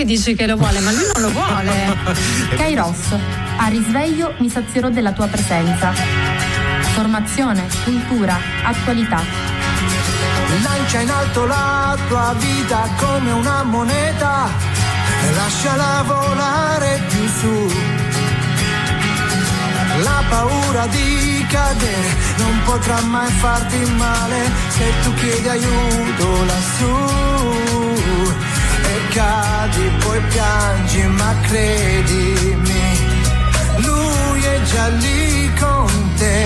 che dici che lo vuole, ma lui non lo vuole. Kairos, a risveglio mi sazierò della tua presenza. Formazione, cultura, attualità. Lancia in alto la tua vita come una moneta e lasciala volare più su. La paura di cadere non potrà mai farti male se tu chiedi aiuto lassù. E cadi, poi piangi, ma credimi, lui è già lì con te.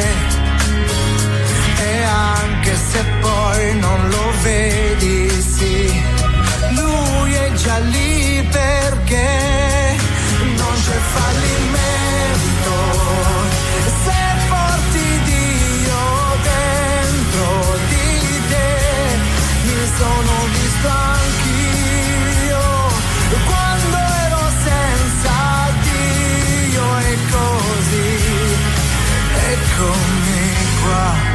E anche se poi non lo vedi, sì, lui è già lì perché non c'è fallimento. Se porti Dio dentro di te, mi sono visto anch'io quando ero senza Dio, e così, eccomi qua.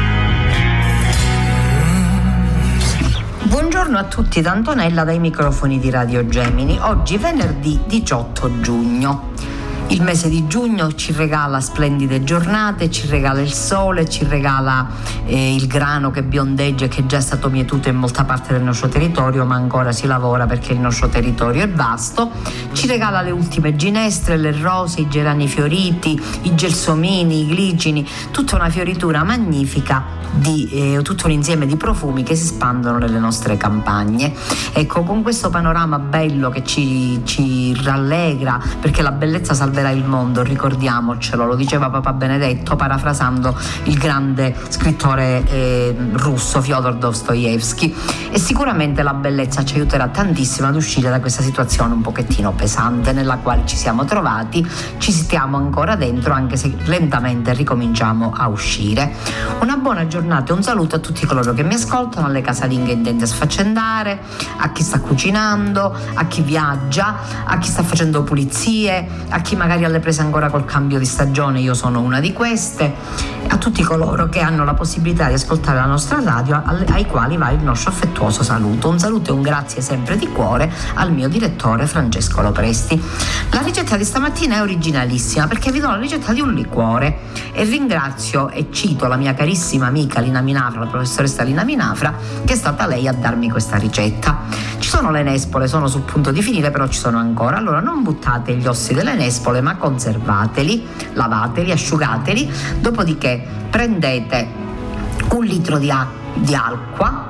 Buongiorno a tutti da Antonella dai microfoni di Radio Gemini. Oggi venerdì 18 giugno. Il mese di giugno ci regala splendide giornate, ci regala il sole, ci regala il grano che biondeggia e che già è stato mietuto in molta parte del nostro territorio, ma ancora si lavora perché il nostro territorio è vasto. Ci regala le ultime ginestre, le rose, i gerani fioriti, i gelsomini, i glicini, tutta una fioritura magnifica di tutto un insieme di profumi che si espandono nelle nostre campagne. Ecco, con questo panorama bello che ci rallegra, perché la bellezza salverà il mondo, ricordiamocelo, lo diceva Papa Benedetto parafrasando il grande scrittore russo Fyodor Dostoevskij, e sicuramente la bellezza ci aiuterà tantissimo ad uscire da questa situazione un pochettino pesante nella quale ci siamo trovati. Ci stiamo ancora dentro, anche se lentamente ricominciamo a uscire. Una buona giornata e un saluto a tutti coloro che mi ascoltano, alle casalinghe intente a sfaccendare, a chi sta cucinando, a chi viaggia, a chi sta facendo pulizie, a chi magari alle prese ancora col cambio di stagione, io sono una di queste, a tutti coloro che hanno la possibilità di ascoltare la nostra radio, ai quali va il nostro affettuoso saluto. Un saluto e un grazie sempre di cuore al mio direttore Francesco Lopresti. La ricetta di stamattina è originalissima perché vi do la ricetta di un liquore e ringrazio e cito la mia carissima amica Lina Minafra, la professoressa Lina Minafra, che è stata lei a darmi questa ricetta. Ci sono le nespole, sono sul punto di finire, però ci sono ancora. Allora non buttate gli ossi delle nespole, ma conservateli, lavateli, asciugateli, dopodiché prendete 1 litro di acqua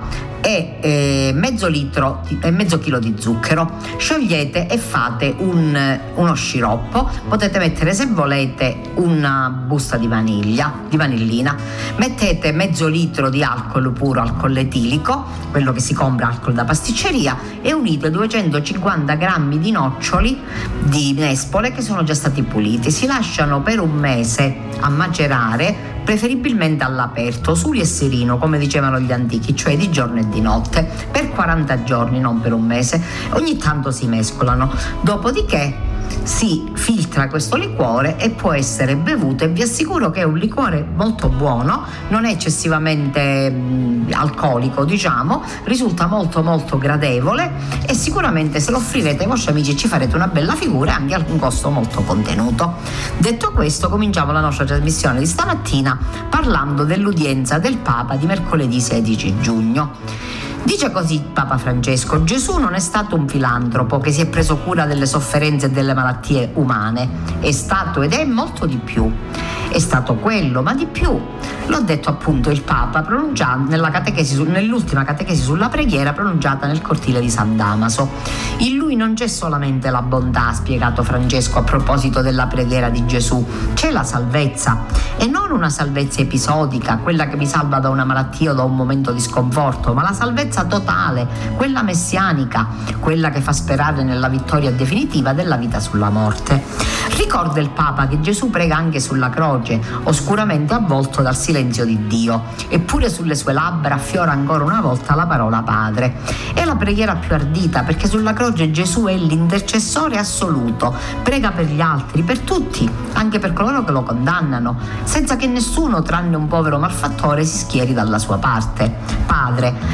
e mezzo chilo di zucchero, sciogliete e fate uno sciroppo. Potete mettere, se volete, una busta di vanillina, mettete mezzo litro di alcol puro, alcol etilico, quello che si compra, alcol da pasticceria, e unite 250 grammi di noccioli di nespole che sono già stati puliti. Si lasciano per un mese a macerare, preferibilmente all'aperto, suli e serino, come dicevano gli antichi, cioè di giorno e di notte, per 40 giorni, non per un mese. Ogni tanto si mescolano, dopodiché si filtra questo liquore e può essere bevuto, e vi assicuro che è un liquore molto buono, non è eccessivamente alcolico, diciamo, risulta molto molto gradevole, e sicuramente se lo offrirete ai vostri amici ci farete una bella figura, anche a un costo molto contenuto. Detto questo, cominciamo la nostra trasmissione di stamattina parlando dell'udienza del Papa di mercoledì 16 giugno. Dice così Papa Francesco: Gesù non è stato un filantropo che si è preso cura delle sofferenze e delle malattie umane, è stato ed è molto di più. È stato quello, ma di più. L'ha detto appunto il Papa pronunciando nell'ultima catechesi sulla preghiera pronunciata nel cortile di San Damaso. In lui non c'è solamente la bontà, ha spiegato Francesco a proposito della preghiera di Gesù, c'è la salvezza, e non una salvezza episodica, quella che mi salva da una malattia o da un momento di sconforto, ma la salvezza totale, quella messianica, quella che fa sperare nella vittoria definitiva della vita sulla morte. Ricorda il Papa che Gesù prega anche sulla croce, oscuramente avvolto dal silenzio di Dio, eppure sulle sue labbra affiora ancora una volta la parola Padre. È la preghiera più ardita, perché sulla croce Gesù è l'intercessore assoluto, prega per gli altri, per tutti, anche per coloro che lo condannano, senza che nessuno, tranne un povero malfattore, si schieri dalla sua parte. Padre, perdona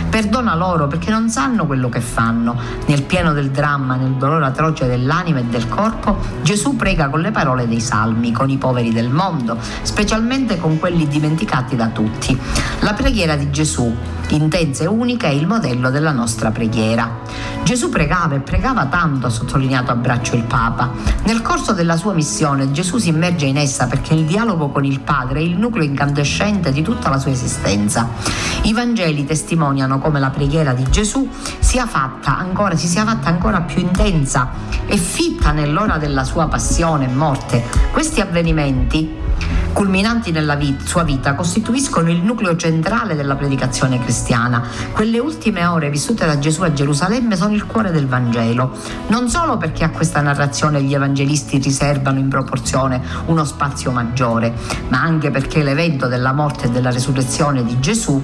perdona loro perché non sanno quello che fanno. Nel pieno del dramma, nel dolore atroce dell'anima e del corpo, Gesù prega con le parole dei Salmi, con i poveri del mondo, specialmente con quelli dimenticati da tutti. La preghiera di Gesù, intensa e unica, è il modello della nostra preghiera. Gesù pregava e pregava tanto, ha sottolineato a braccio il Papa. Nel corso della sua missione Gesù si immerge in essa perché il dialogo con il Padre è il nucleo incandescente di tutta la sua esistenza. I Vangeli testimoniano come la preghiera di Gesù si sia fatta ancora più intensa e fitta nell'ora della sua passione e morte. Questi avvenimenti, culminanti nella sua vita, costituiscono il nucleo centrale della predicazione cristiana. Quelle ultime ore vissute da Gesù a Gerusalemme sono il cuore del Vangelo, non solo perché a questa narrazione gli evangelisti riservano in proporzione uno spazio maggiore, ma anche perché l'evento della morte e della resurrezione di Gesù,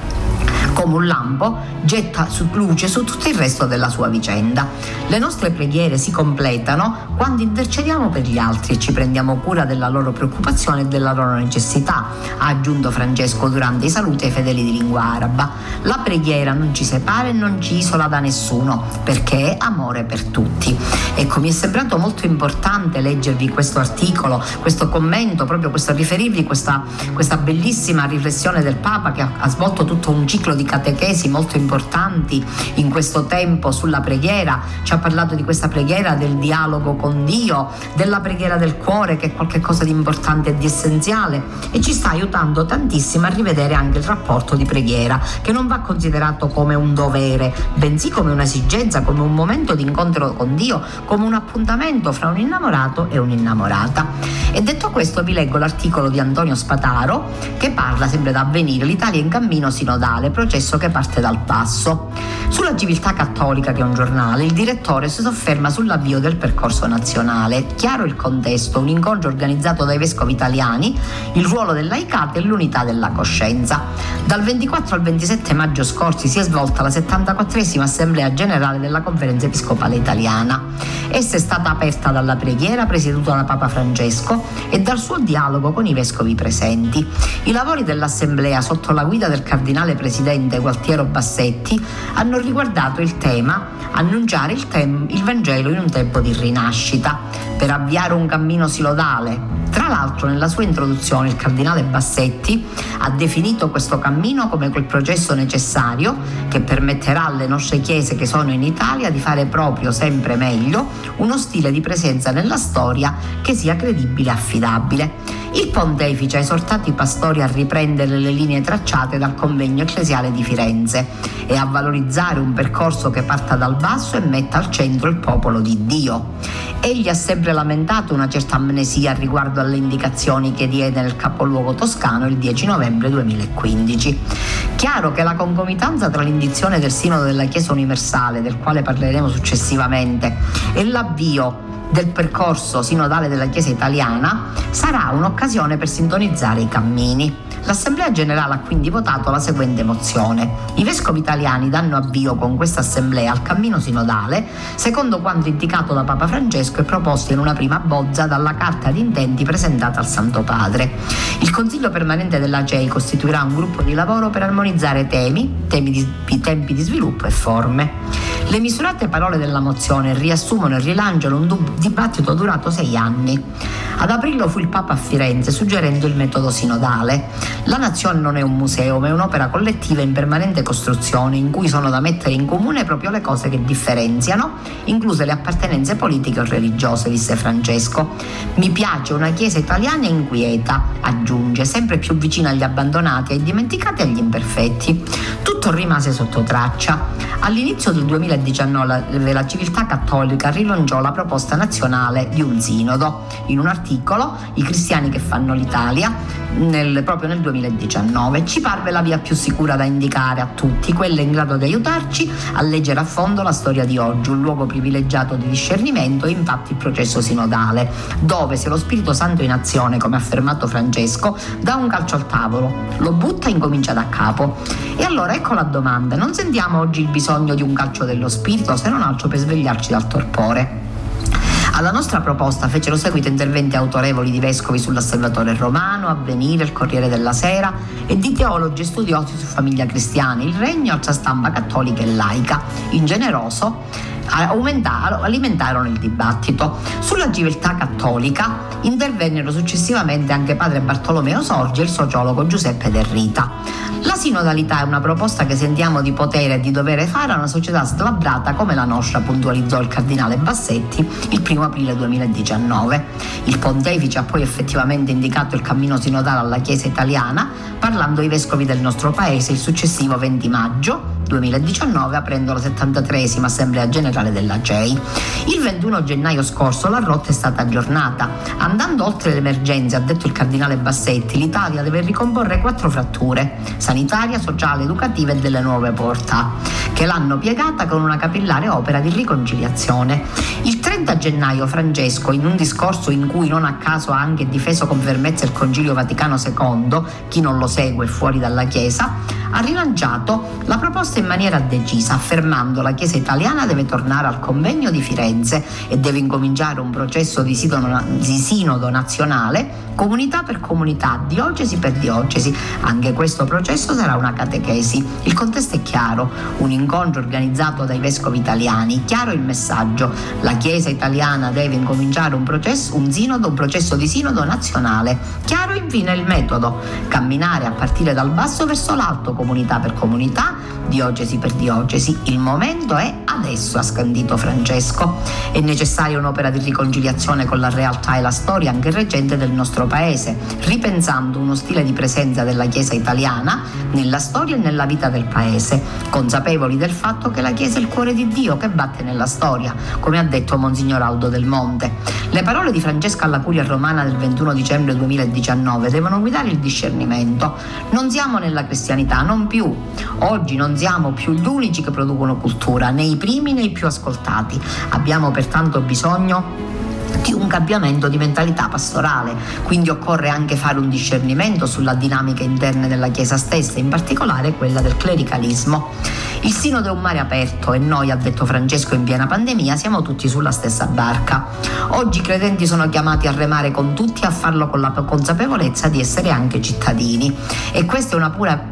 come un lampo, getta luce su tutto il resto della sua vicenda. Le nostre preghiere si completano quando intercediamo per gli altri e ci prendiamo cura della loro preoccupazione e della loro necessità, ha aggiunto Francesco durante i saluti ai fedeli di lingua araba. La preghiera non ci separa e non ci isola da nessuno, perché è amore per tutti. Ecco, mi è sembrato molto importante leggervi questo articolo, questo commento, proprio questo riferirvi questa bellissima riflessione del Papa, che ha svolto tutto un ciclo di catechesi molto importanti in questo tempo sulla preghiera. Ci ha parlato di questa preghiera, del dialogo con Dio, della preghiera del cuore, che è qualcosa di importante e di essenziale, e ci sta aiutando tantissimo a rivedere anche il rapporto di preghiera, che non va considerato come un dovere, bensì come un'esigenza, come un momento di incontro con Dio, come un appuntamento fra un innamorato e un'innamorata. E detto questo, vi leggo l'articolo di Antonio Spataro, che parla sempre da Avvenire, l'Italia in cammino sinodale, processo che parte dal Passo. Sulla Civiltà Cattolica, che è un giornale, il direttore si sofferma sull'avvio del percorso nazionale. Chiaro il contesto: un incontro organizzato dai vescovi italiani, il ruolo del laicato e l'unità della coscienza. Dal 24 al 27 maggio scorsi si è svolta la 74esima Assemblea Generale della Conferenza Episcopale Italiana. Essa è stata aperta dalla preghiera presieduta da Papa Francesco e dal suo dialogo con i vescovi presenti. I lavori dell'Assemblea, sotto la guida del cardinale presidente Gualtiero Bassetti, hanno riguardato il tema annunciare il Vangelo in un tempo di rinascita, per avviare un cammino sinodale. Tra l'altro, nella sua introduzione il cardinale Bassetti ha definito questo cammino come quel processo necessario che permetterà alle nostre chiese che sono in Italia di fare proprio sempre meglio uno stile di presenza nella storia che sia credibile e affidabile. Il pontefice ha esortato i pastori a riprendere le linee tracciate dal convegno ecclesiale di Firenze e a valorizzare un percorso che parta dal basso e metta al centro il popolo di Dio. Egli ha sempre lamentato una certa amnesia riguardo alle indicazioni che diede nel capoluogo toscano il 10 novembre 2015. Chiaro che la concomitanza tra l'indizione del Sinodo della Chiesa Universale, del quale parleremo successivamente, e l'avvio del percorso sinodale della Chiesa italiana sarà un'occasione per sintonizzare i cammini. L'Assemblea Generale ha quindi votato la seguente mozione: i vescovi italiani danno avvio con questa assemblea al cammino sinodale secondo quanto indicato da Papa Francesco e proposto in una prima bozza dalla carta di intenti presentata al Santo Padre. Il Consiglio permanente della CEI costituirà un gruppo di lavoro per armonizzare tempi di sviluppo e forme. Le misurate parole della mozione riassumono e rilanciano un dibattito durato 6 anni. Ad aprirlo fu il Papa a Firenze, suggerendo il metodo sinodale. La nazione non è un museo, ma è un'opera collettiva in permanente costruzione, in cui sono da mettere in comune proprio le cose che differenziano, incluse le appartenenze politiche o religiose, disse Francesco. Mi piace una Chiesa italiana inquieta, aggiunge, sempre più vicina agli abbandonati, ai dimenticati e agli imperfetti. Tutto rimase sotto traccia. All'inizio del 2019 la Civiltà Cattolica rilanciò la proposta nazionale di un sinodo. In un articolo, I cristiani che fanno l'Italia, proprio nel 2019, ci parve la via più sicura da indicare a tutti, quella in grado di aiutarci a leggere a fondo la storia di oggi, un luogo privilegiato di discernimento e infatti il processo sinodale, dove se lo Spirito Santo è in azione, come ha affermato Francesco, dà un calcio al tavolo, lo butta e incomincia da capo. E allora ecco la domanda: non sentiamo oggi il bisogno di un calcio dello Spirito, se non altro per svegliarci dal torpore? Alla nostra proposta fecero seguito interventi autorevoli di vescovi sull'Osservatore Romano, Avvenire, il Corriere della Sera e di teologi e studiosi su famiglia cristiana, il Regno, altra stampa cattolica e laica. Ingeneroso alimentarono il dibattito. Sulla civiltà cattolica intervennero successivamente anche padre Bartolomeo Sorge e il sociologo Giuseppe De Rita. La sinodalità è una proposta che sentiamo di potere e di dovere fare a una società slabbrata come la nostra, puntualizzò il cardinale Bassetti il 1 aprile 2019. Il pontefice ha poi effettivamente indicato il cammino sinodale alla Chiesa italiana, parlando ai vescovi del nostro paese il successivo 20 maggio 2019, aprendo la 73esima Assemblea Generale della CEI. Il 21 gennaio scorso la rotta è stata aggiornata. Andando oltre le emergenze, ha detto il cardinale Bassetti, l'Italia deve ricomporre 4 fratture: sanitaria, sociale, educativa e delle nuove portà, che l'hanno piegata con una capillare opera di riconciliazione. Il 30 gennaio Francesco, in un discorso in cui non a caso ha anche difeso con fermezza il Concilio Vaticano II, chi non lo segue è fuori dalla Chiesa, ha rilanciato la proposta in maniera decisa, affermando la Chiesa italiana deve tornare al convegno di Firenze e deve incominciare un processo di sinodo nazionale, comunità per comunità, diocesi per diocesi. Anche questo processo sarà una catechesi. Il contesto è chiaro, un incontro organizzato dai vescovi italiani. Chiaro il messaggio: la Chiesa italiana deve incominciare un processo di sinodo nazionale. Chiaro infine il metodo: camminare a partire dal basso verso l'alto, comunità per comunità, diocesi per diocesi. Il momento è adesso, ha scandito Francesco. È necessaria un'opera di riconciliazione con la realtà e la storia anche recente del nostro paese, ripensando uno stile di presenza della Chiesa italiana nella storia e nella vita del paese, consapevoli del fatto che la Chiesa è il cuore di Dio che batte nella storia, come ha detto Monsignor Aldo Del Monte. Le parole di Francesco alla Curia Romana del 21 dicembre 2019 devono guidare il discernimento. Non siamo nella cristianità, non più. Oggi non siamo più gli unici che producono cultura, né i primi né i più ascoltati. Abbiamo pertanto bisogno di un cambiamento di mentalità pastorale, quindi occorre anche fare un discernimento sulla dinamica interna della Chiesa stessa, in particolare quella del clericalismo. Il sinodo è un mare aperto e noi, ha detto Francesco in piena pandemia, siamo tutti sulla stessa barca. Oggi i credenti sono chiamati a remare con tutti e a farlo con la consapevolezza di essere anche cittadini, e questa è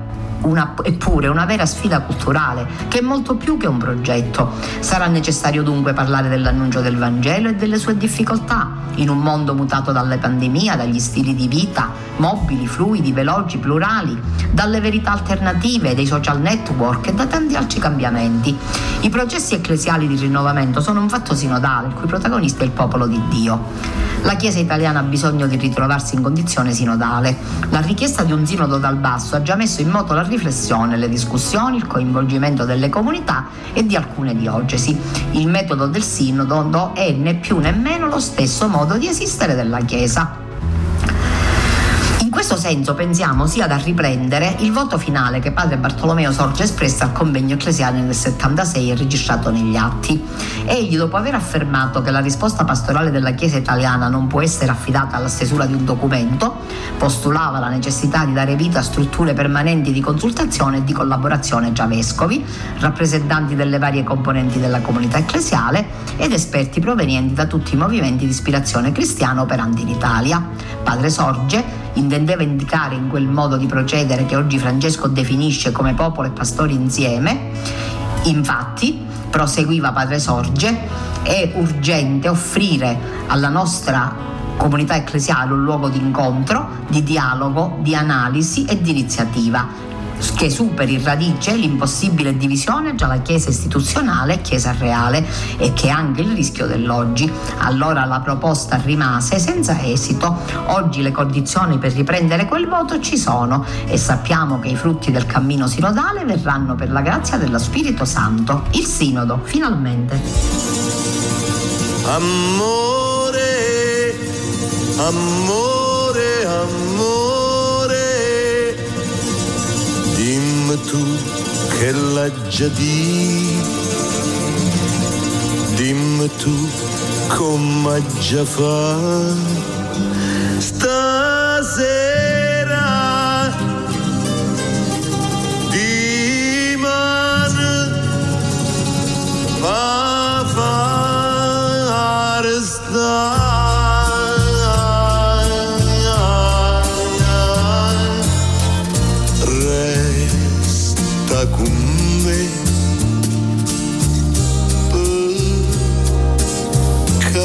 eppure una vera sfida culturale, che è molto più che un progetto. Sarà necessario dunque parlare dell'annuncio del Vangelo e delle sue difficoltà in un mondo mutato dalle pandemie, dagli stili di vita mobili, fluidi, veloci, plurali, dalle verità alternative, dei social network e da tanti altri cambiamenti. I processi ecclesiali di rinnovamento sono un fatto sinodale, il cui protagonista è il popolo di Dio. La Chiesa italiana ha bisogno di ritrovarsi in condizione sinodale. La richiesta di un sinodo dal basso ha già messo in moto la riflessione, le discussioni, il coinvolgimento delle comunità e di alcune diocesi. Il metodo del sinodo è né più né meno lo stesso modo di esistere della Chiesa. In questo senso pensiamo sia da riprendere il voto finale che padre Bartolomeo Sorge espresse al convegno ecclesiale nel 76 e registrato negli atti. Egli, dopo aver affermato che la risposta pastorale della Chiesa italiana non può essere affidata alla stesura di un documento, postulava la necessità di dare vita a strutture permanenti di consultazione e di collaborazione tra vescovi, rappresentanti delle varie componenti della comunità ecclesiale ed esperti provenienti da tutti i movimenti di ispirazione cristiana operanti in Italia. Padre Sorge intendeva indicare in quel modo di procedere che oggi Francesco definisce come popolo e pastori insieme. Infatti, proseguiva padre Sorge, è urgente offrire alla nostra comunità ecclesiale un luogo di incontro, di dialogo, di analisi e di iniziativa, che superi in radice l'impossibile divisione tra la Chiesa istituzionale e Chiesa reale, e che è anche il rischio dell'oggi. Allora la proposta rimase senza esito. Oggi le condizioni per riprendere quel voto ci sono e sappiamo che i frutti del cammino sinodale verranno per la grazia dello Spirito Santo. Il sinodo, finalmente. Amore, amore, amore, dimmi tu che l'hai già detto, dimmi tu come già fa stasera, dimmi fa fare sta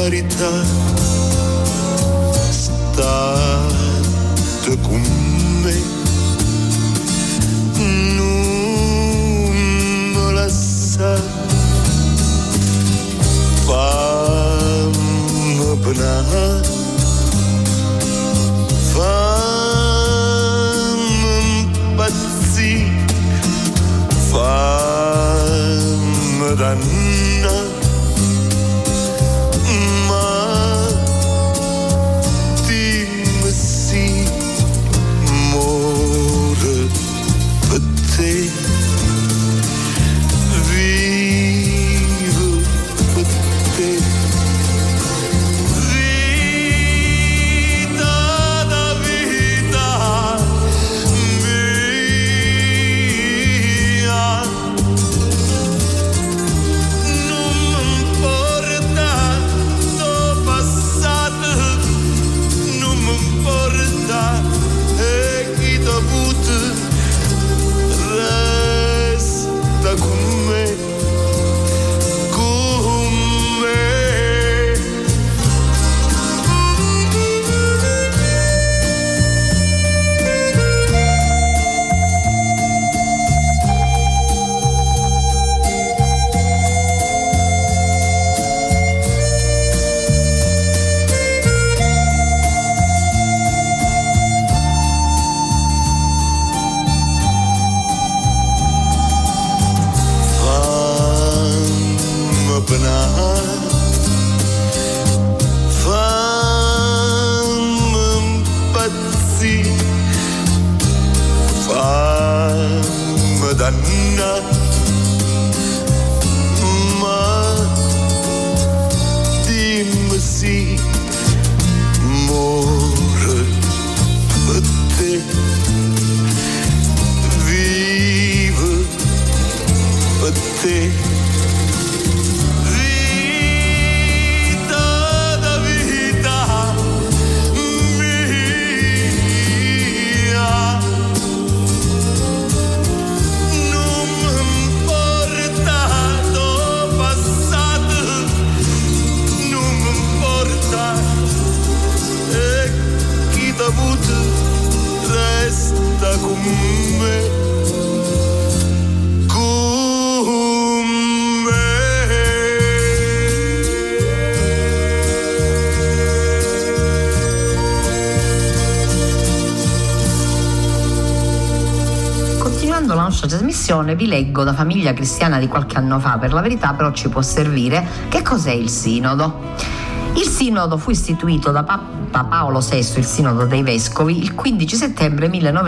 carità, state con me, non mi lasciare, fammi penare, fammi impazzire, fammi dannare, ma dimmi sì, amore, per te, vivo per te, vita da vita mia, non mi importa il passato, non mi importa e chi t'ha avuto, resta con me, con me. Fammi penare, fammi impazzire, fammi dannare, ma dimmi sì, amore, per te, vivo per te, vita da vita mia, non mi importa il passato, non mi importa e chi t'ha avuto, resta con me, con me. Continuando la nostra trasmissione vi leggo da Famiglia Cristiana di qualche anno fa, per la verità però ci può servire. Che cos'è il Sinodo? Il Sinodo fu istituito da Papa Paolo VI, il Sinodo dei Vescovi, il 15 settembre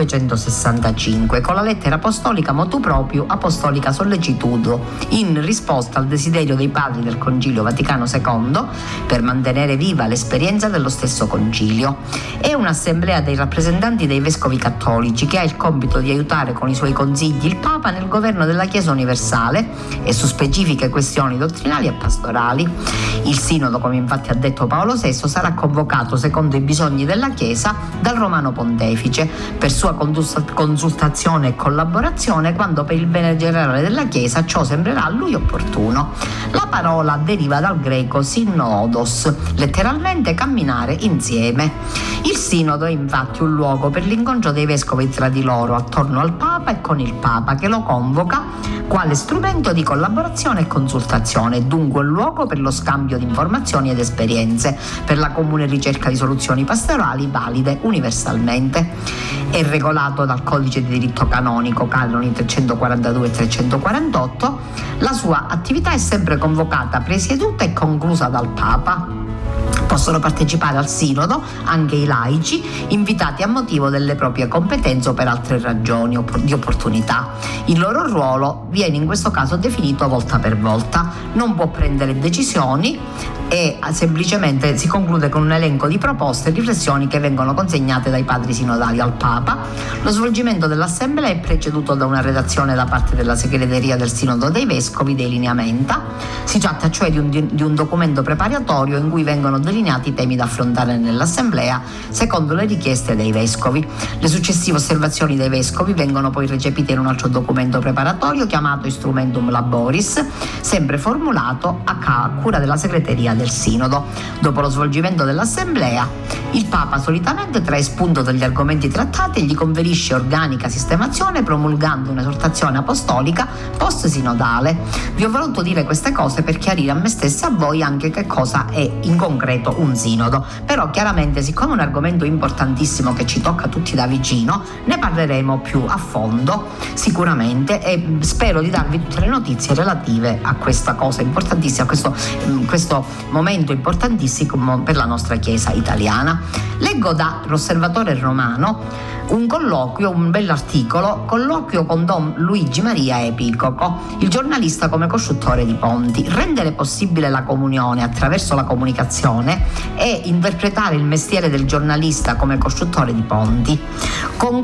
1965 con la lettera apostolica Motu Proprio Apostolica Sollecitudo, in risposta al desiderio dei padri del Concilio Vaticano II per mantenere viva l'esperienza dello stesso concilio. È un'assemblea dei rappresentanti dei vescovi cattolici che ha il compito di aiutare con i suoi consigli il Papa nel governo della Chiesa universale e su specifiche questioni dottrinali e pastorali. Il Sinodo, come infatti ha detto Paolo VI, sarà convocato secondo i bisogni della Chiesa dal Romano Pontefice per sua consultazione e collaborazione quando per il bene generale della Chiesa ciò sembrerà a lui opportuno. La parola deriva dal greco synodos, letteralmente camminare insieme. Il Sinodo è infatti un luogo per l'incontro dei vescovi tra di loro attorno al Papa e con il Papa che lo convoca quale strumento di collaborazione e consultazione, dunque un luogo per lo scambio di informazioni ed esperienze, per la comune ricerca di soluzioni pastorali valide universalmente. È regolato dal Codice di diritto canonico, canoni 342 e 348. La sua attività è sempre convocata, presieduta e conclusa dal Papa. Possono partecipare al Sinodo anche i laici invitati a motivo delle proprie competenze o per altre ragioni di opportunità. Il loro ruolo viene in questo caso definito volta per volta, non può prendere decisioni e semplicemente si conclude con un elenco di proposte e riflessioni che vengono consegnate dai padri sinodali al Papa. Lo svolgimento dell'assemblea è preceduto da una redazione da parte della segreteria del Sinodo dei Vescovi dei lineamenta. Si tratta cioè di un documento preparatorio in cui vengono delineati i temi da affrontare nell'assemblea secondo le richieste dei vescovi. Le successive osservazioni dei vescovi vengono poi recepite in un altro documento preparatorio chiamato Instrumentum Laboris, sempre formulato a cura della segreteria nomina del Sinodo. Dopo lo svolgimento dell'assemblea, il Papa solitamente trae spunto dagli argomenti trattati e gli conferisce organica sistemazione promulgando un'esortazione apostolica post-sinodale. Vi ho voluto dire queste cose per chiarire a me stessa e a voi anche che cosa è in concreto un sinodo. Però chiaramente, siccome è un argomento importantissimo che ci tocca tutti da vicino, ne parleremo più a fondo sicuramente e spero di darvi tutte le notizie relative a questa cosa importantissima, a questo momento importantissimo per la nostra Chiesa italiana. Leggo dall'Osservatore Romano un colloquio, un bell'articolo, colloquio con Don Luigi Maria Epicoco, il giornalista come costruttore di ponti. Rendere possibile la comunione attraverso la comunicazione e interpretare il mestiere del giornalista come costruttore di ponti. Con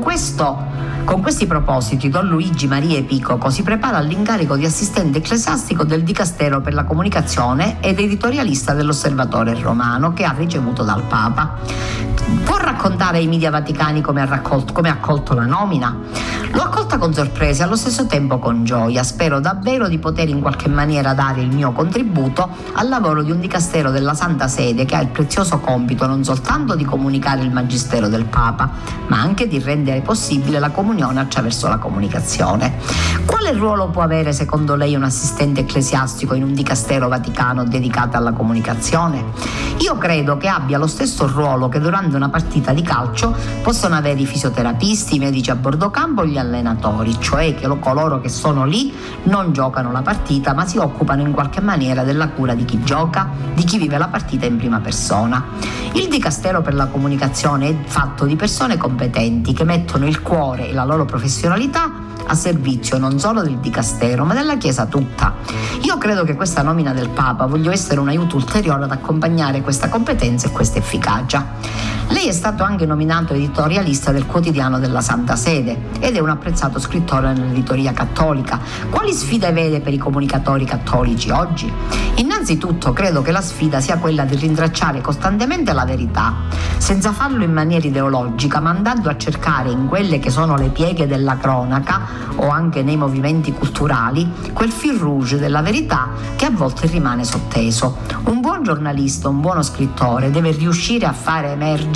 questi propositi Don Luigi Maria Epicoco si prepara all'incarico di assistente ecclesiastico del Dicastero per la comunicazione ed editorialista dell'Osservatore Romano che ha ricevuto dal Papa. Può raccontare ai media vaticani come ha accolto la nomina? L'ho accolta con sorpresa e allo stesso tempo con gioia. Spero davvero di poter in qualche maniera dare il mio contributo al lavoro di un dicastero della Santa Sede che ha il prezioso compito non soltanto di comunicare il magistero del Papa, ma anche di rendere possibile la comunione attraverso la comunicazione. Quale ruolo può avere secondo lei un assistente ecclesiastico in un dicastero vaticano dedicato alla comunicazione? Io credo che abbia lo stesso ruolo che durante una partita di calcio possono avere i fisioterapisti, i medici a bordo campo e gli allenatori, cioè che coloro che sono lì non giocano la partita ma si occupano in qualche maniera della cura di chi gioca, di chi vive la partita in prima persona. Il Dicastero per la comunicazione è fatto di persone competenti che mettono il cuore e la loro professionalità a servizio non solo del Dicastero ma della Chiesa tutta. Io credo che questa nomina del Papa voglia essere un aiuto ulteriore ad accompagnare questa competenza e questa efficacia. Lei è stato anche nominato editorialista del quotidiano della Santa Sede ed è un apprezzato scrittore nell'editoria cattolica. Quali sfide vede per i comunicatori cattolici oggi? Innanzitutto credo che la sfida sia quella di rintracciare costantemente la verità, senza farlo in maniera ideologica, ma andando a cercare in quelle che sono le pieghe della cronaca o anche nei movimenti culturali quel fil rouge della verità che a volte rimane sotteso. Un buon giornalista, un buono scrittore deve riuscire a fare emergere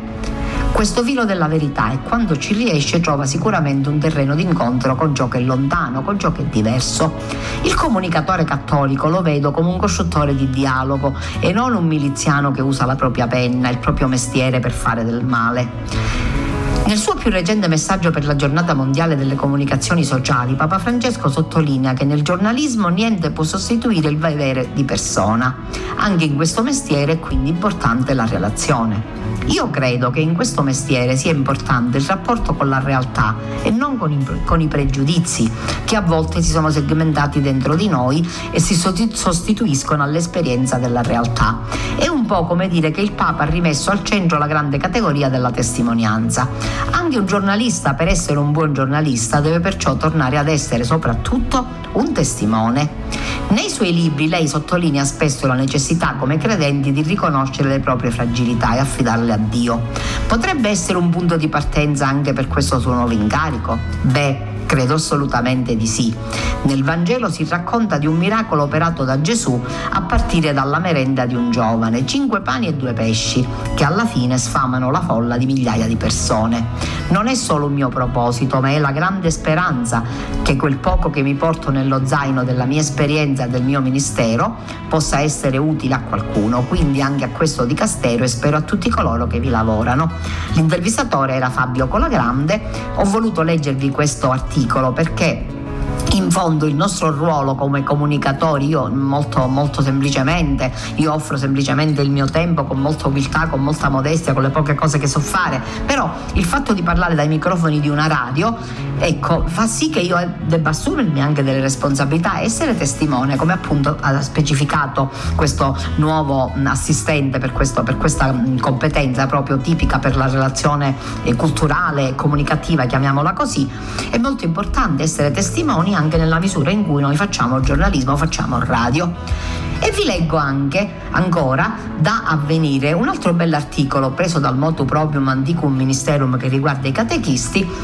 questo filo della verità e quando ci riesce trova sicuramente un terreno d'incontro con ciò che è lontano, con ciò che è diverso. Il comunicatore cattolico lo vedo come un costruttore di dialogo e non un miliziano che usa la propria penna, il proprio mestiere per fare del male. Nel suo più recente messaggio per la Giornata Mondiale delle Comunicazioni Sociali, Papa Francesco sottolinea che nel giornalismo niente può sostituire il vivere di persona. Anche in questo mestiere è quindi importante la relazione. Io credo che in questo mestiere sia importante il rapporto con la realtà e non con i pregiudizi che a volte si sono segmentati dentro di noi e si sostituiscono all'esperienza della realtà. È un po' come dire che il Papa ha rimesso al centro la grande categoria della testimonianza. Anche un giornalista, per essere un buon giornalista, deve perciò tornare ad essere soprattutto un testimone. Nei suoi libri lei sottolinea spesso la necessità come credenti di riconoscere le proprie fragilità e affidarle a Dio. Potrebbe essere un punto di partenza anche per questo suo nuovo incarico? Credo assolutamente di sì. Nel Vangelo si racconta di un miracolo operato da Gesù a partire dalla merenda di un giovane, 5 pani e 2 pesci, che alla fine sfamano la folla di migliaia di persone. Non è solo un mio proposito, ma è la grande speranza che quel poco che mi porto nello zaino della mia esperienza e del mio ministero possa essere utile a qualcuno, quindi anche a questo dicastero e spero a tutti coloro che vi lavorano. L'intervistatore era Fabio Colagrande. Ho voluto leggervi questo articolo perché in fondo il nostro ruolo come comunicatori, io molto semplicemente, io offro semplicemente il mio tempo con molta umiltà, con molta modestia, con le poche cose che so fare, però il fatto di parlare dai microfoni di una radio, ecco, fa sì che io debba assumermi anche delle responsabilità, essere testimone, come appunto ha specificato questo nuovo assistente per questa competenza proprio tipica per la relazione culturale e comunicativa, chiamiamola così. È molto importante essere testimoni anche nella misura in cui noi facciamo giornalismo, facciamo radio. E vi leggo anche ancora da Avvenire un altro bell'articolo preso dal Motu Proprium Antiquum Ministerum che riguarda i catechisti,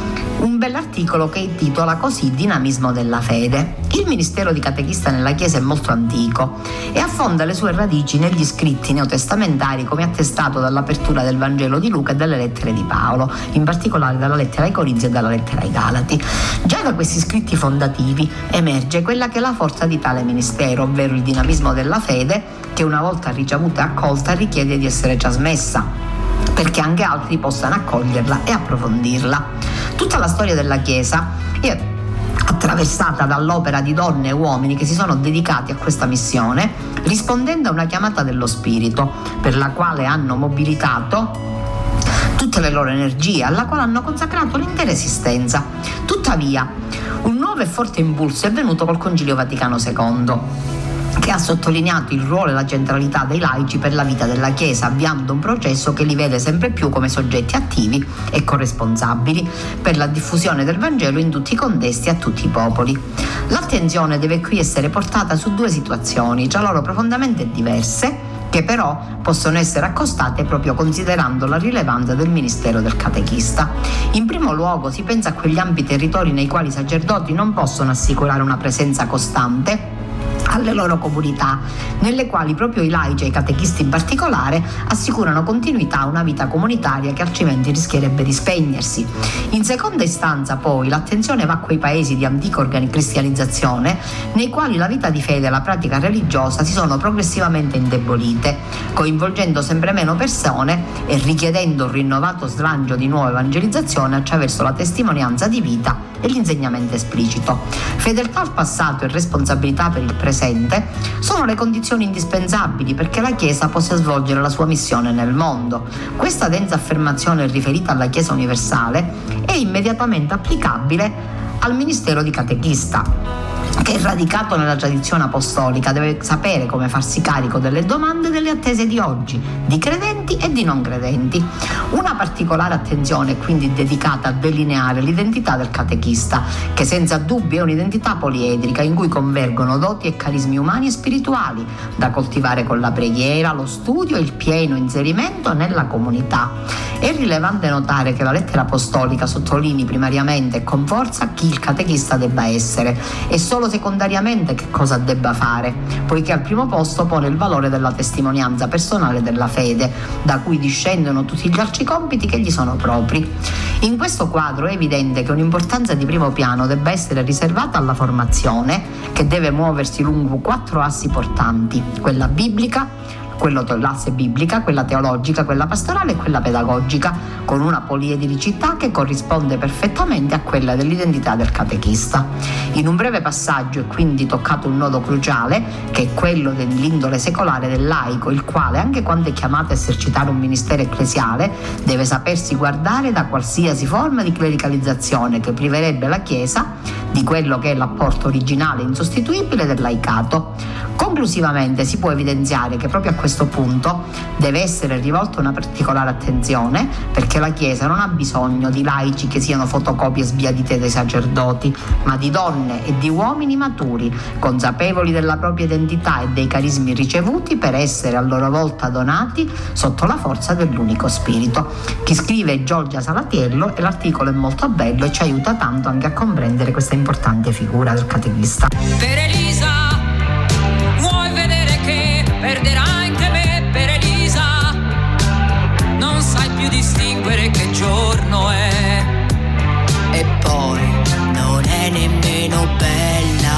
un bell'articolo che intitola così Dinamismo della fede. Il ministero di catechista nella Chiesa è molto antico e affonda le sue radici negli scritti neotestamentari, come attestato dall'apertura del Vangelo di Luca e dalle lettere di Paolo, in particolare dalla lettera ai Corinzi e dalla lettera ai Galati. Già da questi scritti fondativi emerge quella che è la forza di tale ministero, ovvero il dinamismo della fede, che una volta ricevuta e accolta richiede di essere trasmessa, perché anche altri possano accoglierla e approfondirla. Tutta la storia della Chiesa è attraversata dall'opera di donne e uomini che si sono dedicati a questa missione, rispondendo a una chiamata dello Spirito, per la quale hanno mobilitato tutte le loro energie, alla quale hanno consacrato l'intera esistenza. Tuttavia, un nuovo e forte impulso è venuto col Concilio Vaticano II, che ha sottolineato il ruolo e la centralità dei laici per la vita della Chiesa, avviando un processo che li vede sempre più come soggetti attivi e corresponsabili per la diffusione del Vangelo in tutti i contesti e a tutti i popoli. L'attenzione deve qui essere portata su due situazioni, tra loro profondamente diverse, che però possono essere accostate proprio considerando la rilevanza del ministero del catechista. In primo luogo si pensa a quegli ampi territori nei quali i sacerdoti non possono assicurare una presenza costante alle loro comunità, nelle quali proprio i laici e i catechisti in particolare assicurano continuità a una vita comunitaria che altrimenti rischierebbe di spegnersi. In seconda istanza poi l'attenzione va a quei paesi di antica cristianizzazione nei quali la vita di fede e la pratica religiosa si sono progressivamente indebolite, coinvolgendo sempre meno persone e richiedendo un rinnovato slancio di nuova evangelizzazione attraverso la testimonianza di vita e l'insegnamento esplicito. Fedeltà al passato e responsabilità per il presente sono le condizioni indispensabili perché la Chiesa possa svolgere la sua missione nel mondo. Questa densa affermazione riferita alla Chiesa universale è immediatamente applicabile al ministero di catechista, che è radicato nella tradizione apostolica, deve sapere come farsi carico delle domande e delle attese di oggi, di credenti e di non credenti. Una particolare attenzione è quindi dedicata a delineare l'identità del catechista, che senza dubbio è un'identità poliedrica in cui convergono doti e carismi umani e spirituali, da coltivare con la preghiera, lo studio e il pieno inserimento nella comunità. È rilevante notare che la lettera apostolica sottolinei primariamente e con forza chi il catechista debba essere e solo secondariamente che cosa debba fare, poiché al primo posto pone il valore della testimonianza personale della fede, da cui discendono tutti gli altri compiti che gli sono propri. In questo quadro è evidente che un'importanza di primo piano debba essere riservata alla formazione, che deve muoversi lungo 4 assi portanti: quella biblica, l'asse biblica, quella teologica, quella pastorale e quella pedagogica, con una poliedricità che corrisponde perfettamente a quella dell'identità del catechista. In un breve passaggio è quindi toccato un nodo cruciale, che è quello dell'indole secolare del laico, il quale, anche quando è chiamato a esercitare un ministero ecclesiale, deve sapersi guardare da qualsiasi forma di clericalizzazione che priverebbe la Chiesa di quello che è l'apporto originale e insostituibile del laicato. Conclusivamente si può evidenziare che proprio a questo punto deve essere rivolta una particolare attenzione, perché la Chiesa non ha bisogno di laici che siano fotocopie sbiadite dei sacerdoti, ma di donne e di uomini maturi, consapevoli della propria identità e dei carismi ricevuti per essere a loro volta donati sotto la forza dell'unico Spirito. Chi scrive è Giorgia Salatiello e l'articolo è molto bello e ci aiuta tanto anche a comprendere questa importante figura del catechista. Per Elisa, vuoi vedere che perderà anche me? Per Elisa, non sai più distinguere che giorno è, e poi non è nemmeno bella.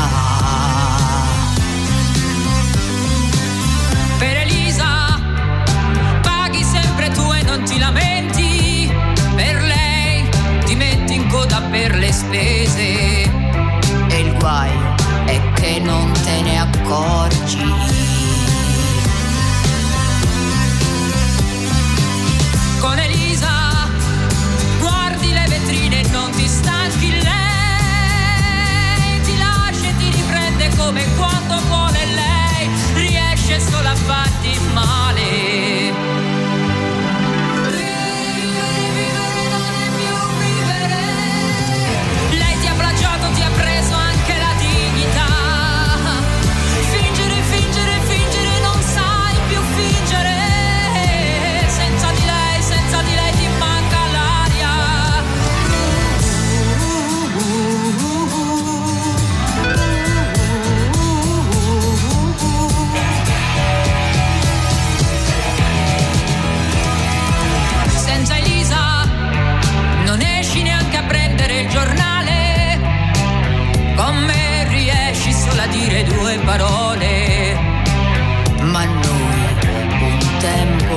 Per Elisa, paghi sempre tu e non ti lamenti, per lei ti metti in coda per le spese, e il guaio è che non te ne accorgi.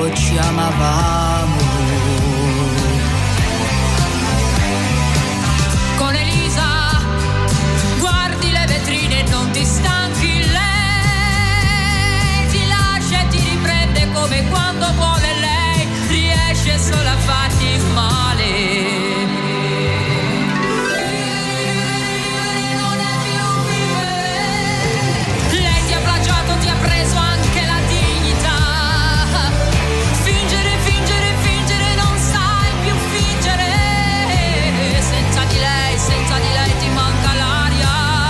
quando ci amavamo. Con Elisa guardi le vetrine e non ti stanchi, lei ti lascia e ti riprende come quando vuole lei, riesce solo a farti male. Ti ha preso anche la dignità. Fingere, fingere, fingere, non sai più fingere. Senza di lei ti manca l'aria.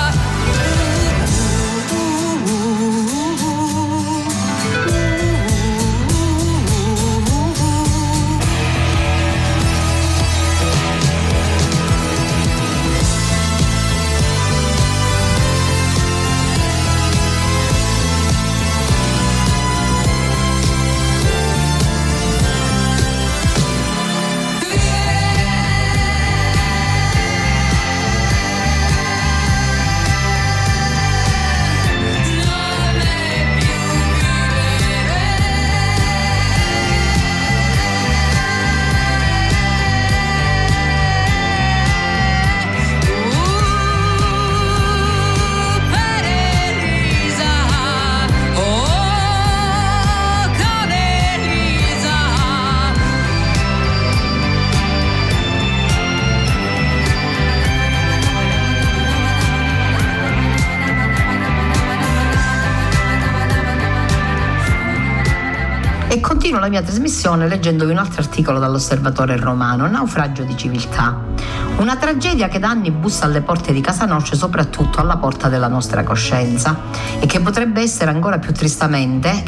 E continuo la mia trasmissione leggendovi un altro articolo dall'Osservatore Romano, Naufragio di civiltà. Una tragedia che da anni bussa alle porte di casa nostra e soprattutto alla porta della nostra coscienza e che potrebbe ancora più tristamente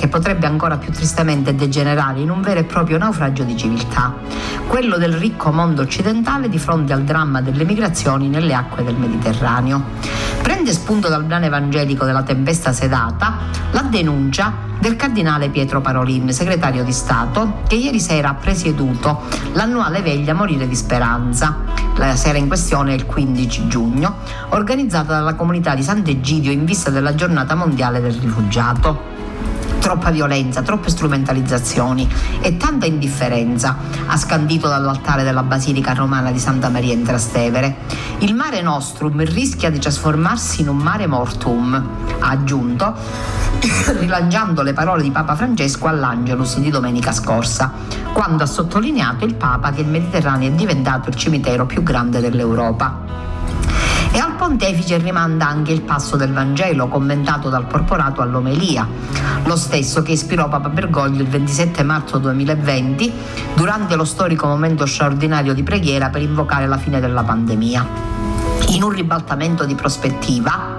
degenerare in un vero e proprio naufragio di civiltà, quello del ricco mondo occidentale di fronte al dramma delle migrazioni nelle acque del Mediterraneo. Prende spunto dal brano evangelico della Tempesta sedata la denuncia del cardinale Pietro Parolin, segretario di Stato, che ieri sera ha presieduto l'annuale veglia Morire di Speranza. La sera in questione è il 15 giugno, organizzata dalla comunità di Sant'Egidio in vista della giornata mondiale del rifugiato. Troppa violenza, troppe strumentalizzazioni e tanta indifferenza, ha scandito dall'altare della Basilica Romana di Santa Maria in Trastevere. Il Mare Nostrum rischia di trasformarsi in un Mare Mortum, ha aggiunto, rilanciando le parole di Papa Francesco all'Angelus di domenica scorsa, quando ha sottolineato il Papa che il Mediterraneo è diventato il cimitero più grande dell'Europa. E al pontefice rimanda anche il passo del Vangelo commentato dal porporato all'omelia, lo stesso che ispirò Papa Bergoglio il 27 marzo 2020 durante lo storico momento straordinario di preghiera per invocare la fine della pandemia. In un ribaltamento di prospettiva,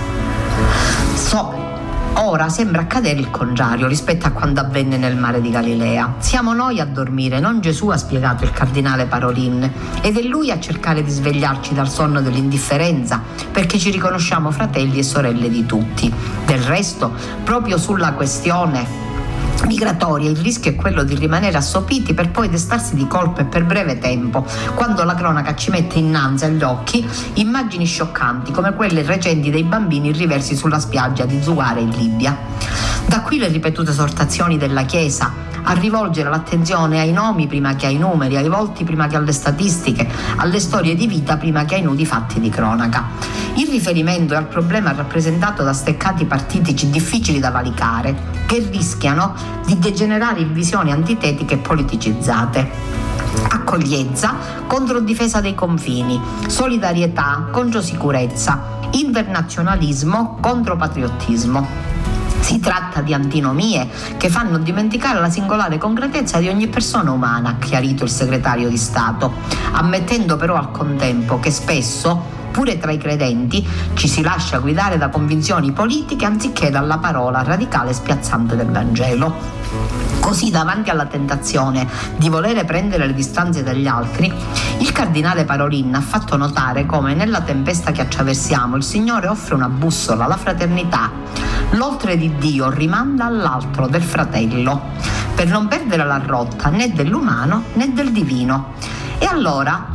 ora sembra accadere il contrario rispetto a quanto avvenne nel mare di Galilea. Siamo noi a dormire, non Gesù, ha spiegato il cardinale Parolin, ed è lui a cercare di svegliarci dal sonno dell'indifferenza, perché ci riconosciamo fratelli e sorelle di tutti. Del resto, proprio sulla questione migratoria il rischio è quello di rimanere assopiti per poi destarsi di colpo e per breve tempo, quando la cronaca ci mette innanzi agli occhi immagini scioccanti come quelle recenti dei bambini riversi sulla spiaggia di Zuwara in Libia. Da qui le ripetute esortazioni della Chiesa a rivolgere l'attenzione ai nomi prima che ai numeri, ai volti prima che alle statistiche, alle storie di vita prima che ai nudi fatti di cronaca. Il riferimento è al problema rappresentato da steccati partitici difficili da valicare, che rischiano di degenerare in visioni antitetiche e politicizzate. Accoglienza contro difesa dei confini, solidarietà contro sicurezza, internazionalismo contro patriottismo. Si tratta di antinomie che fanno dimenticare la singolare concretezza di ogni persona umana, ha chiarito il segretario di Stato, ammettendo però al contempo che spesso, pure tra i credenti, ci si lascia guidare da convinzioni politiche anziché dalla parola radicale e spiazzante del Vangelo. Così, davanti alla tentazione di volere prendere le distanze dagli altri, il cardinale Parolin ha fatto notare come nella tempesta che attraversiamo il Signore offre una bussola, la fraternità. L'oltre di Dio rimanda all'altro, del fratello, per non perdere la rotta né dell'umano né del divino. E allora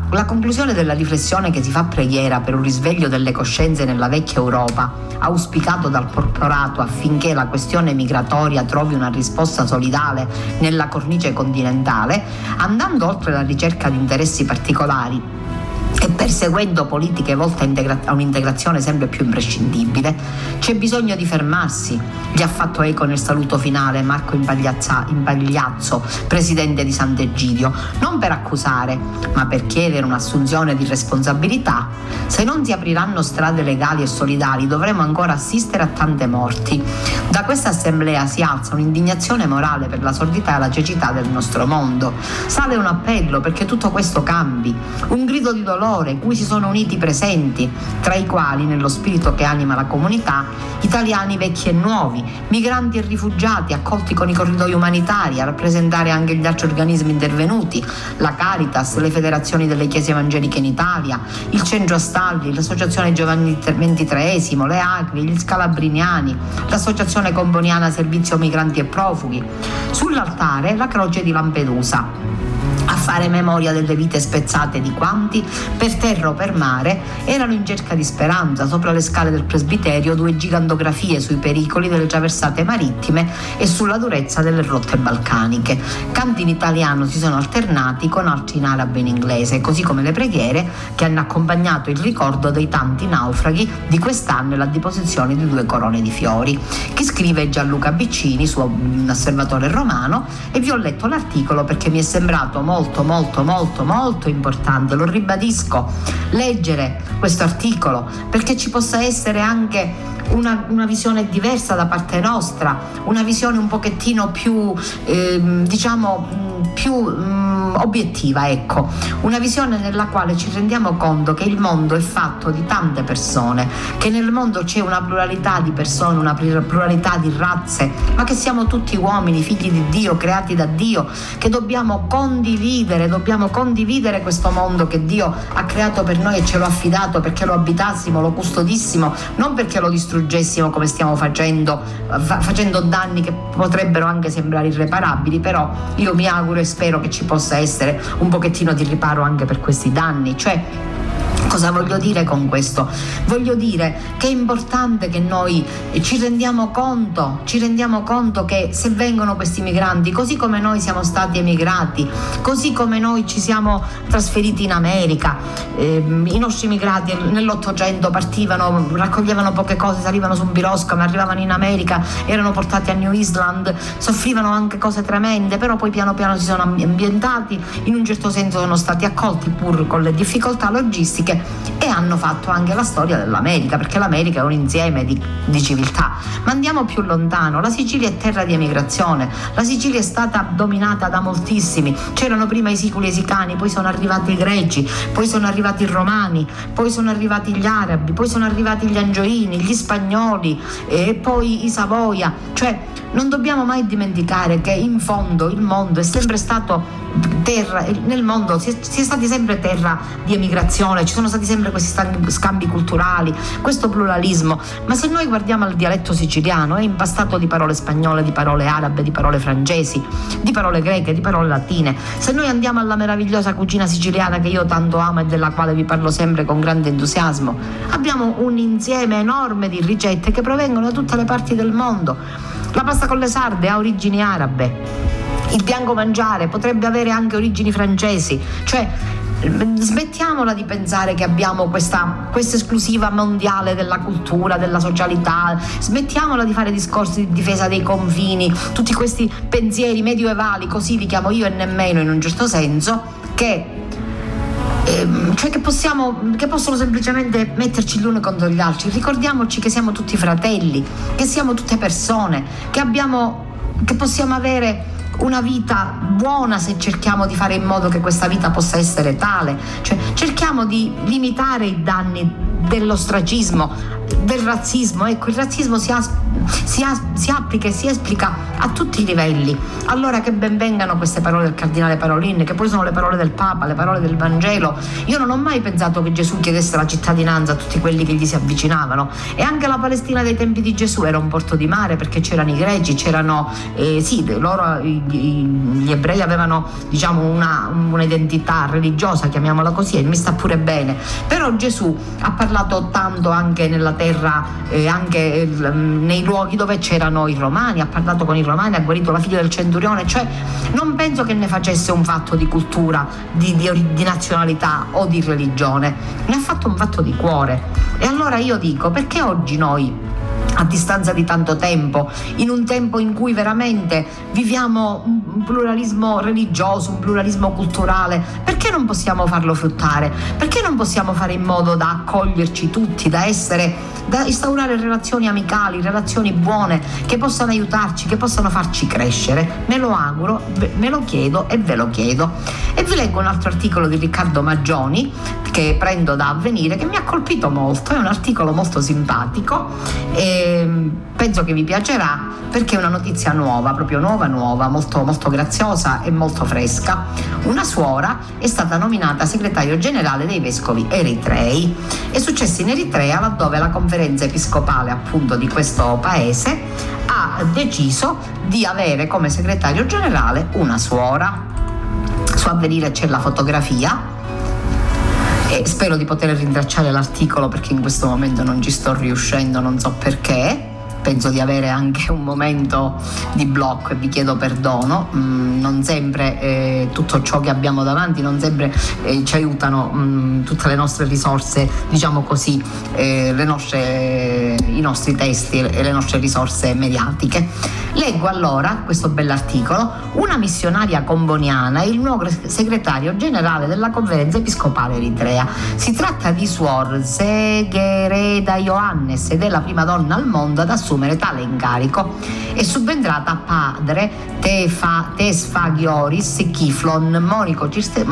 La conclusione della riflessione che si fa preghiera per un risveglio delle coscienze nella vecchia Europa, auspicato dal porporato affinché la questione migratoria trovi una risposta solidale nella cornice continentale, andando oltre la ricerca di interessi particolari e perseguendo politiche volte a un'integrazione sempre più imprescindibile, c'è bisogno di fermarsi. Gli ha fatto eco nel saluto finale Marco Impagliazzo, presidente di Sant'Egidio, non per accusare, ma per chiedere un'assunzione di responsabilità. Se non si apriranno strade legali e solidali, dovremo ancora assistere a tante morti. Da questa assemblea si alza un'indignazione morale per la sordità e la cecità del nostro mondo. Sale un appello perché tutto questo cambi, un grido di dolore cui si sono uniti presenti, tra i quali, nello spirito che anima la comunità, italiani vecchi e nuovi, migranti e rifugiati accolti con i corridoi umanitari, a rappresentare anche gli altri organismi intervenuti, la Caritas, le federazioni delle chiese evangeliche in Italia, il Centro Astalli, l'Associazione Giovanni XXIII, le Acri, gli Scalabriniani, l'Associazione Comboniana Servizio Migranti e Profughi. Sull'altare la croce di Lampedusa, a fare memoria delle vite spezzate di quanti, per terra o per mare, erano in cerca di speranza. Sopra le scale del presbiterio 2 gigantografie sui pericoli delle traversate marittime e sulla durezza delle rotte balcaniche. Canti in italiano si sono alternati con altri in arabo e in inglese, così come le preghiere che hanno accompagnato il ricordo dei tanti naufraghi di quest'anno e la deposizione di 2 corone di fiori. Chi scrive è Gianluca Biccini, suo osservatore romano, e vi ho letto l'articolo perché mi è sembrato molto importante, lo ribadisco, leggere questo articolo, perché ci possa essere anche una visione diversa da parte nostra, una visione un pochettino più obiettiva, ecco, una visione nella quale ci rendiamo conto che il mondo è fatto di tante persone, che nel mondo c'è una pluralità di persone, una pluralità di razze, ma che siamo tutti uomini, figli di Dio, creati da Dio, che dobbiamo condividere questo mondo che Dio ha creato per noi e ce l'ha affidato perché lo abitassimo, lo custodissimo, non perché lo distruggessimo come stiamo facendo danni che potrebbero anche sembrare irreparabili. Però io mi auguro e spero che ci possa essere un pochettino di riparo anche per questi danni. Cioè, cosa voglio dire con questo? Voglio dire che è importante che noi ci rendiamo conto che se vengono questi migranti, così come noi siamo stati emigrati, così come noi ci siamo trasferiti in America, i nostri immigrati nell'800 partivano, raccoglievano poche cose, salivano su un biroscafo, arrivavano in America, erano portati a New Island, soffrivano anche cose tremende, però poi piano piano si sono ambientati, in un certo senso sono stati accolti pur con le difficoltà logistiche e hanno fatto anche la storia dell'America, perché l'America è un insieme di civiltà. Ma andiamo più lontano, la Sicilia è terra di emigrazione, la Sicilia è stata dominata da moltissimi, c'erano prima i siculi esicani, poi sono arrivati i greci, poi sono arrivati i romani, poi sono arrivati gli arabi, poi sono arrivati gli angioini, gli spagnoli e poi i Savoia. Cioè, non dobbiamo mai dimenticare che in fondo il mondo è sempre stato terra, nel mondo si è stati sempre terra di emigrazione, ci sono stati sempre questi scambi culturali, questo pluralismo. Ma se noi guardiamo al dialetto siciliano, è impastato di parole spagnole, di parole arabe, di parole francesi, di parole greche, di parole latine. Se noi andiamo alla meravigliosa cucina siciliana che io tanto amo e della quale vi parlo sempre con grande entusiasmo, abbiamo un insieme enorme di ricette che provengono da tutte le parti del mondo. La pasta con le sarde ha origini arabe, il bianco mangiare potrebbe avere anche origini francesi. Cioè, smettiamola di pensare che abbiamo questa esclusiva mondiale della cultura, della socialità, smettiamola di fare discorsi di difesa dei confini, tutti questi pensieri medievali, così li chiamo io e nemmeno in un certo senso, che possono semplicemente metterci l'uno contro gli altri. Ricordiamoci che siamo tutti fratelli, che siamo tutte persone, che possiamo avere una vita buona se cerchiamo di fare in modo che questa vita possa essere tale. Cioè, cerchiamo di limitare i danni dell'ostracismo, del razzismo. Ecco, il razzismo si ha si applica e si esplica a tutti i livelli. Allora che ben vengano queste parole del cardinale Parolin, che poi sono le parole del Papa, le parole del Vangelo. Io non ho mai pensato che Gesù chiedesse la cittadinanza a tutti quelli che gli si avvicinavano, e anche la Palestina dei tempi di Gesù era un porto di mare, perché c'erano i greci, c'erano gli ebrei avevano, diciamo, un'identità religiosa, chiamiamola così, e mi sta pure bene. Però Gesù ha parlato tanto anche nella terra, anche nei luoghi dove c'erano i romani, ha parlato con i romani, ha guarito la figlia del centurione. Cioè non penso che ne facesse un fatto di cultura, di nazionalità o di religione, ne ha fatto un fatto di cuore. E allora io dico, perché oggi noi, a distanza di tanto tempo, in un tempo in cui veramente viviamo un pluralismo religioso, un pluralismo culturale, perché non possiamo farlo fruttare? Perché non possiamo fare in modo da accoglierci tutti, da instaurare relazioni amicali, relazioni buone, che possano aiutarci, che possano farci crescere? Me lo auguro, me lo chiedo e ve lo chiedo. E vi leggo un altro articolo di Riccardo Maggioni, che prendo da Avvenire, che mi ha colpito molto. È un articolo molto simpatico e penso che vi piacerà, perché è una notizia nuova, proprio nuova, molto, molto graziosa e molto fresca. Una suora è stata nominata segretario generale dei vescovi eritrei. È successo in Eritrea, laddove la conferenza episcopale, appunto, di questo paese ha deciso di avere come segretario generale una suora. Su Avvenire c'è la fotografia e spero di poter rintracciare l'articolo, perché in questo momento non ci sto riuscendo, non so perché. Penso di avere anche un momento di blocco e vi chiedo perdono. Non sempre tutto ciò che abbiamo davanti, non sempre ci aiutano tutte le nostre risorse, diciamo così, i nostri testi e le nostre risorse mediatiche. Leggo allora questo bell'articolo: una missionaria comboniana è il nuovo segretario generale della conferenza episcopale eritrea. Si tratta di Suor Seghereda Ioannes ed è la prima donna al mondo ad assumere tale incarico. È subentrata a padre Tesfagioris Kiflon, monaco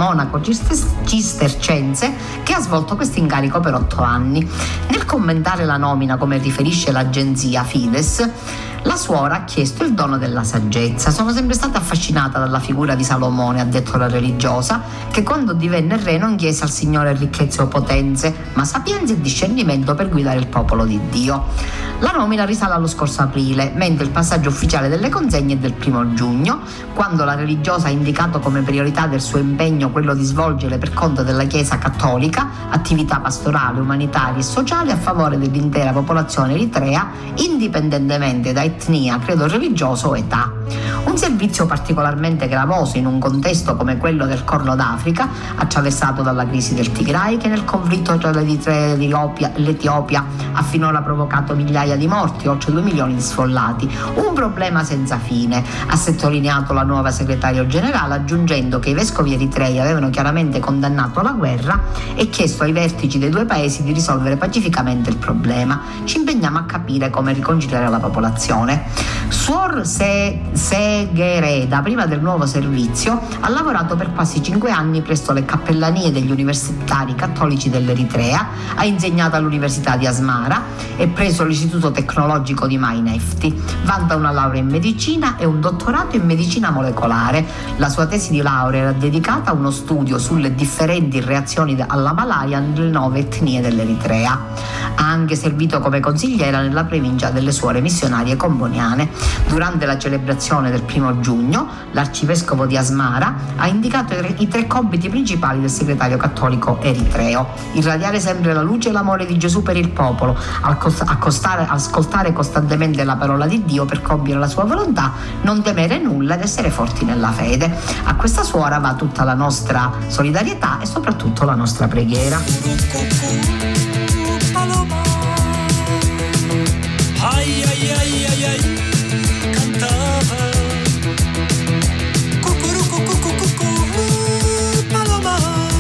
cistercense, che ha svolto questo incarico per 8 anni. Nel commentare la nomina, come riferisce l'agenzia Fides, la suora ha chiesto il dono della saggezza. Sono sempre stata affascinata dalla figura di Salomone, ha detto la religiosa, che quando divenne re non chiese al Signore ricchezze o potenze, ma sapienza e discernimento per guidare il popolo di Dio. La nomina risale allo scorso aprile, mentre il passaggio ufficiale delle consegne è del 1 giugno, quando la religiosa ha indicato come priorità del suo impegno quello di svolgere per conto della Chiesa cattolica attività pastorali, umanitarie e sociali a favore dell'intera popolazione eritrea, indipendentemente da etnia, credo religioso o età. Un servizio particolarmente gravoso in un contesto come quello del Corno d'Africa, attraversato dalla crisi del Tigray, che nel conflitto tra l'Eritrea e l'Etiopia ha finora provocato migliaia di morti, oltre 2 milioni di sfollati. Un problema senza fine, ha sottolineato la nuova segretario generale, aggiungendo che i vescovi eritrei avevano chiaramente condannato la guerra e chiesto ai vertici dei due paesi di risolvere pacificamente il problema. Ci impegniamo a capire come riconciliare la popolazione. Suor Seghereda, prima del nuovo servizio, ha lavorato per quasi 5 anni presso le cappellanie degli universitari cattolici dell'Eritrea, ha insegnato all'Università di Asmara e presso l'Istituto Tecnologico di Mainefti. Vanta una laurea in medicina e un dottorato in medicina molecolare. La sua tesi di laurea era dedicata a uno studio sulle differenti reazioni alla malaria nelle 9 etnie dell'Eritrea. Ha anche servito come consigliera nella provincia delle suore missionarie comboniane. Durante la celebrazione del 1 giugno, l'arcivescovo di Asmara ha indicato i 3 compiti principali del segretario cattolico eritreo: irradiare sempre la luce e l'amore di Gesù per il popolo, ascoltare costantemente la parola di Dio per compiere la sua volontà, non temere nulla ed essere forti nella fede. A questa suora va tutta la nostra solidarietà e soprattutto la nostra preghiera. Ai ai ai ai ai, cantava Paloma.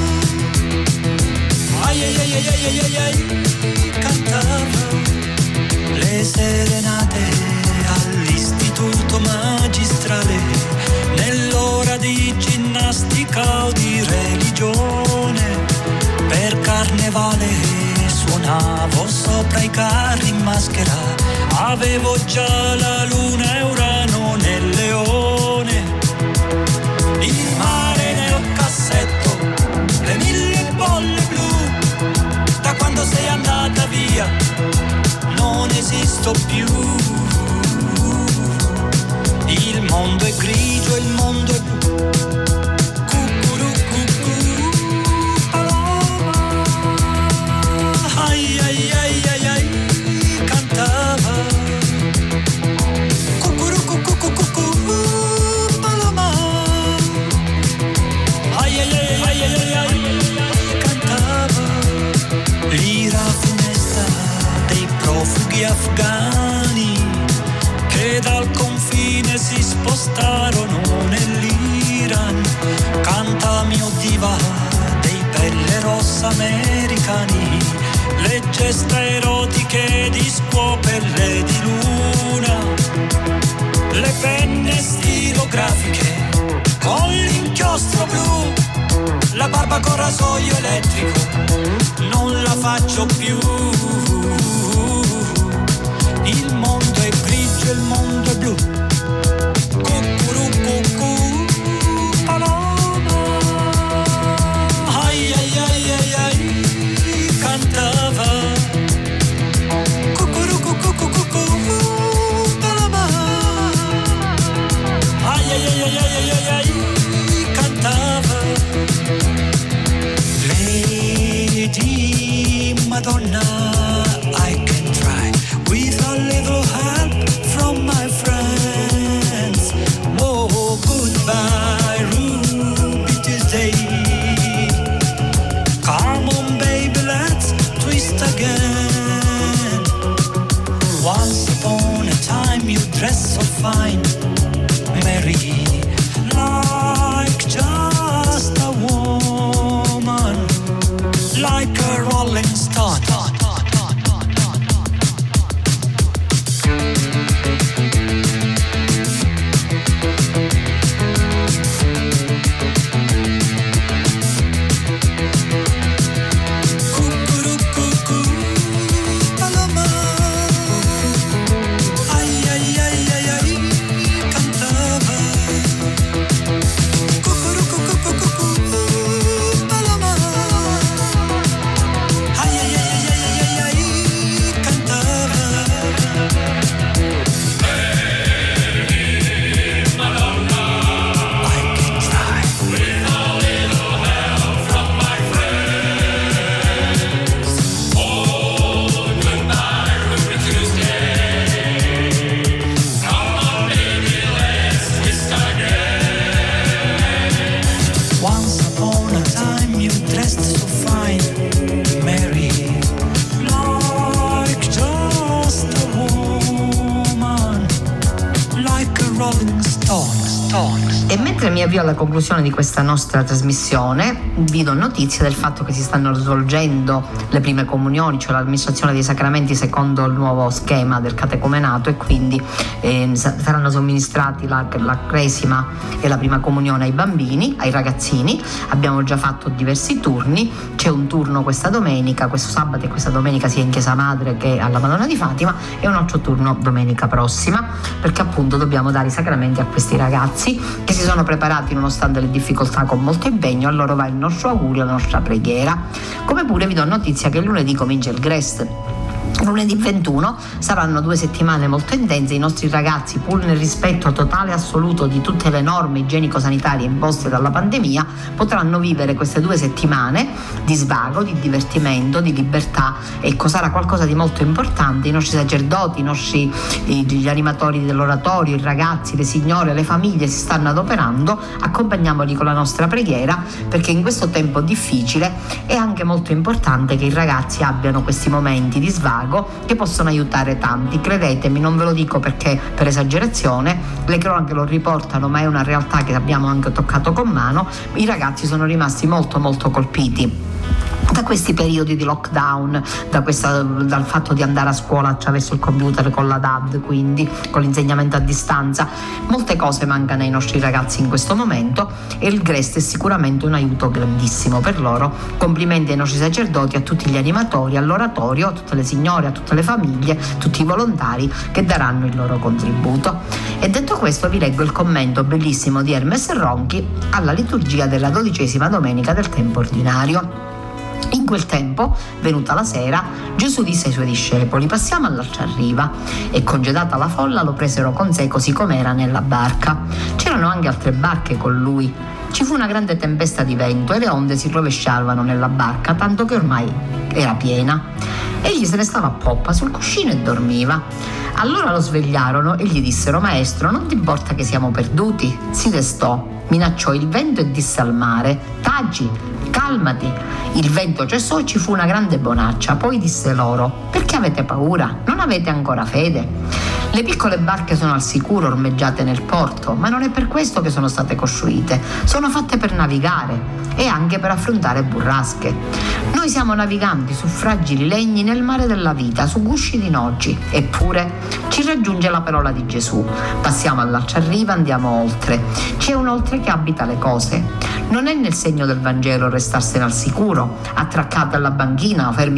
Ai ai ai ai ai ai ai, cantava le serenate all'istituto magistrale, nell'ora di ginnastica o di religione, per carnevale suonava camminavo sopra i carri in maschera, avevo già la luna e Urano nel leone, il mare nel cassetto, le 1000 bolle blu, da quando sei andata via non esisto più, il mondo è grigio, il mondo è blu. Afghani che dal confine si spostarono nell'Iran, canta mio diva dei pelle rossa americani, le gesta erotiche di scuopelle di luna, le penne stilografiche con l'inchiostro blu, la barba con rasoio elettrico non la faccio più. Il mondo è grigio, il mondo è blu. Cucurucucù, paloma. Ai ai ai ai ai, cantava. Cucurucucucucucù, paloma. Ai ai ai ai ai ai ai, cantava. Lady Madonna, I can try with a little help from my friends. Oh, goodbye, Ruby Tuesday. Come on, baby, let's twist again. Once upon a time you dressed so fine, Mary, like just a woman, like a rolling stone. E mentre mi avvio alla conclusione di questa nostra trasmissione, vi do notizia del fatto che si stanno svolgendo le prime comunioni, cioè l'amministrazione dei sacramenti secondo il nuovo schema del catecumenato, e quindi saranno somministrati la cresima e la prima comunione ai bambini, ai ragazzini. Abbiamo già fatto diversi turni, c'è un turno questa domenica, questo sabato e questa domenica sia in Chiesa Madre che alla Madonna di Fatima, e un altro turno domenica prossima, perché appunto dobbiamo dare i sacramenti a questi ragazzi che si sono preparati nonostante le difficoltà con molto impegno. A loro va il nostro augurio, la nostra preghiera. Come pure vi do notizia che lunedì comincia il GREST. Lunedì 21 saranno 2 settimane molto intense. I nostri ragazzi, pur nel rispetto totale e assoluto di tutte le norme igienico-sanitarie imposte dalla pandemia, potranno vivere queste 2 settimane di svago, di divertimento, di libertà. Ecco, sarà qualcosa di molto importante. I nostri sacerdoti, gli animatori dell'oratorio, i ragazzi, le signore, le famiglie si stanno adoperando. Accompagniamoli con la nostra preghiera, perché in questo tempo difficile è anche molto importante che i ragazzi abbiano questi momenti di svago che possono aiutare tanti. Credetemi, non ve lo dico perché per esagerazione, le cronache lo riportano, ma è una realtà che abbiamo anche toccato con mano. I ragazzi sono rimasti molto molto colpiti da questi periodi di lockdown, dal fatto di andare a scuola attraverso il computer con la DAD, quindi con l'insegnamento a distanza. Molte cose mancano ai nostri ragazzi in questo momento e il GREST è sicuramente un aiuto grandissimo per loro. Complimenti ai nostri sacerdoti, a tutti gli animatori, all'oratorio, a tutte le signore, a tutte le famiglie, tutti i volontari che daranno il loro contributo. E detto questo vi leggo il commento bellissimo di Hermes Ronchi alla liturgia della 12ª domenica del tempo ordinario. In quel tempo, venuta la sera, Gesù disse ai suoi discepoli: passiamo all'altra riva. E congedata la folla lo presero con sé così com'era nella barca. C'erano anche altre barche con lui. Ci fu una grande tempesta di vento e le onde si rovesciavano nella barca, tanto che ormai era piena. Egli se ne stava a poppa sul cuscino e dormiva. Allora lo svegliarono e gli dissero: Maestro, non ti importa che siamo perduti? Si destò, minacciò il vento e disse al mare: taci, calmati. Il vento cessò e ci fu una grande bonaccia. Poi disse loro: perché avete paura? Non avete ancora fede? Le piccole barche sono al sicuro ormeggiate nel porto, ma non è per questo che sono state costruite. Sono fatte per navigare e anche per affrontare burrasche. Noi siamo naviganti su fragili legni nel mare della vita, su gusci di noci. Eppure ci raggiunge la parola di Gesù. Passiamo all'altra riva, andiamo oltre. C'è un oltre che abita le cose. Non è nel segno del Vangelo restarsene al sicuro, attraccati alla banchina o fermi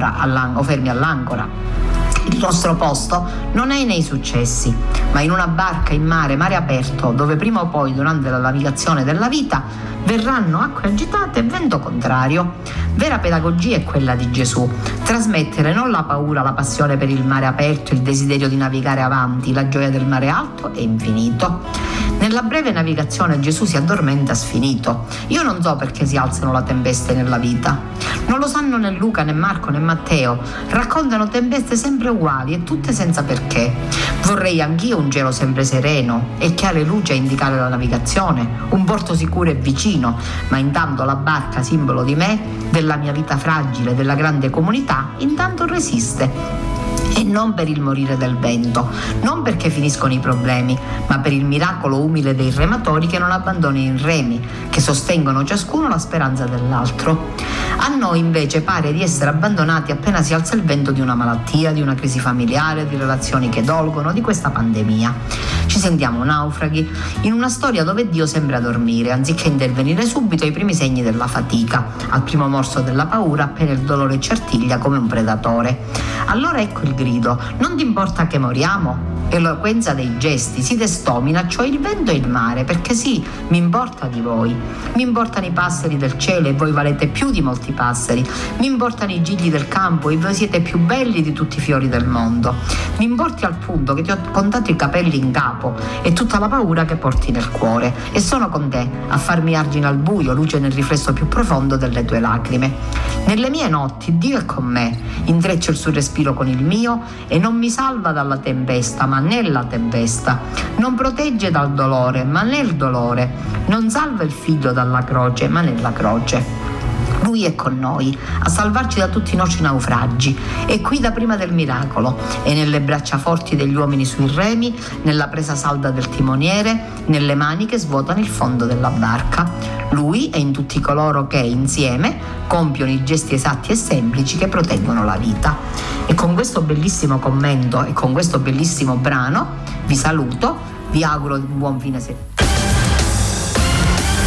all'ancora. Il nostro posto non è nei successi, ma in una barca in mare aperto, dove prima o poi durante la navigazione della vita verranno acque agitate e vento contrario. Vera pedagogia è quella di Gesù: trasmettere non la paura, la passione per il mare aperto, il desiderio di navigare avanti, la gioia del mare alto e infinito. Nella breve navigazione Gesù si addormenta sfinito. Io non so perché si alzano le tempeste nella vita. Non lo sanno né Luca, né Marco, né Matteo. Raccontano tempeste sempre uguali e tutte senza perché. Vorrei anch'io un cielo sempre sereno e chiare luci a indicare la navigazione, un porto sicuro e vicino, ma intanto la barca, simbolo di me, della mia vita fragile, della grande comunità, intanto resiste. E non per il morire del vento, non perché finiscono i problemi, ma per il miracolo umile dei rematori che non abbandonano i remi, che sostengono ciascuno la speranza dell'altro. A noi invece pare di essere abbandonati appena si alza il vento di una malattia, di una crisi familiare, di relazioni che dolgono, di questa pandemia. Ci sentiamo naufraghi in una storia dove Dio sembra dormire, anziché intervenire subito ai primi segni della fatica, al primo morso della paura, appena il dolore ci artiglia come un predatore. Allora ecco il grido: non ti importa che moriamo? Eloquenza dei gesti, si destò, minacciò il vento e il mare, perché sì, mi importa di voi. Mi importano i passeri del cielo e voi valete più di molti passeri. Mi importano i gigli del campo e voi siete più belli di tutti i fiori del mondo. Mi importi al punto che ti ho contato i capelli in capo e tutta la paura che porti nel cuore, e sono con te a farmi argine al buio, luce nel riflesso più profondo delle tue lacrime. Nelle mie notti Dio è con me, intreccia il suo respiro con il mio e non mi salva dalla tempesta, ma nella tempesta. Non protegge dal dolore, ma nel dolore. Non salva il figlio dalla croce, ma nella croce. Lui è con noi a salvarci da tutti i nostri naufragi, è qui da prima del miracolo, è nelle braccia forti degli uomini sui remi, nella presa salda del timoniere, nelle mani che svuotano il fondo della barca. Lui è in tutti coloro che insieme compiono i gesti esatti e semplici che proteggono la vita. E con questo bellissimo commento e con questo bellissimo brano vi saluto, vi auguro un buon fine settimana.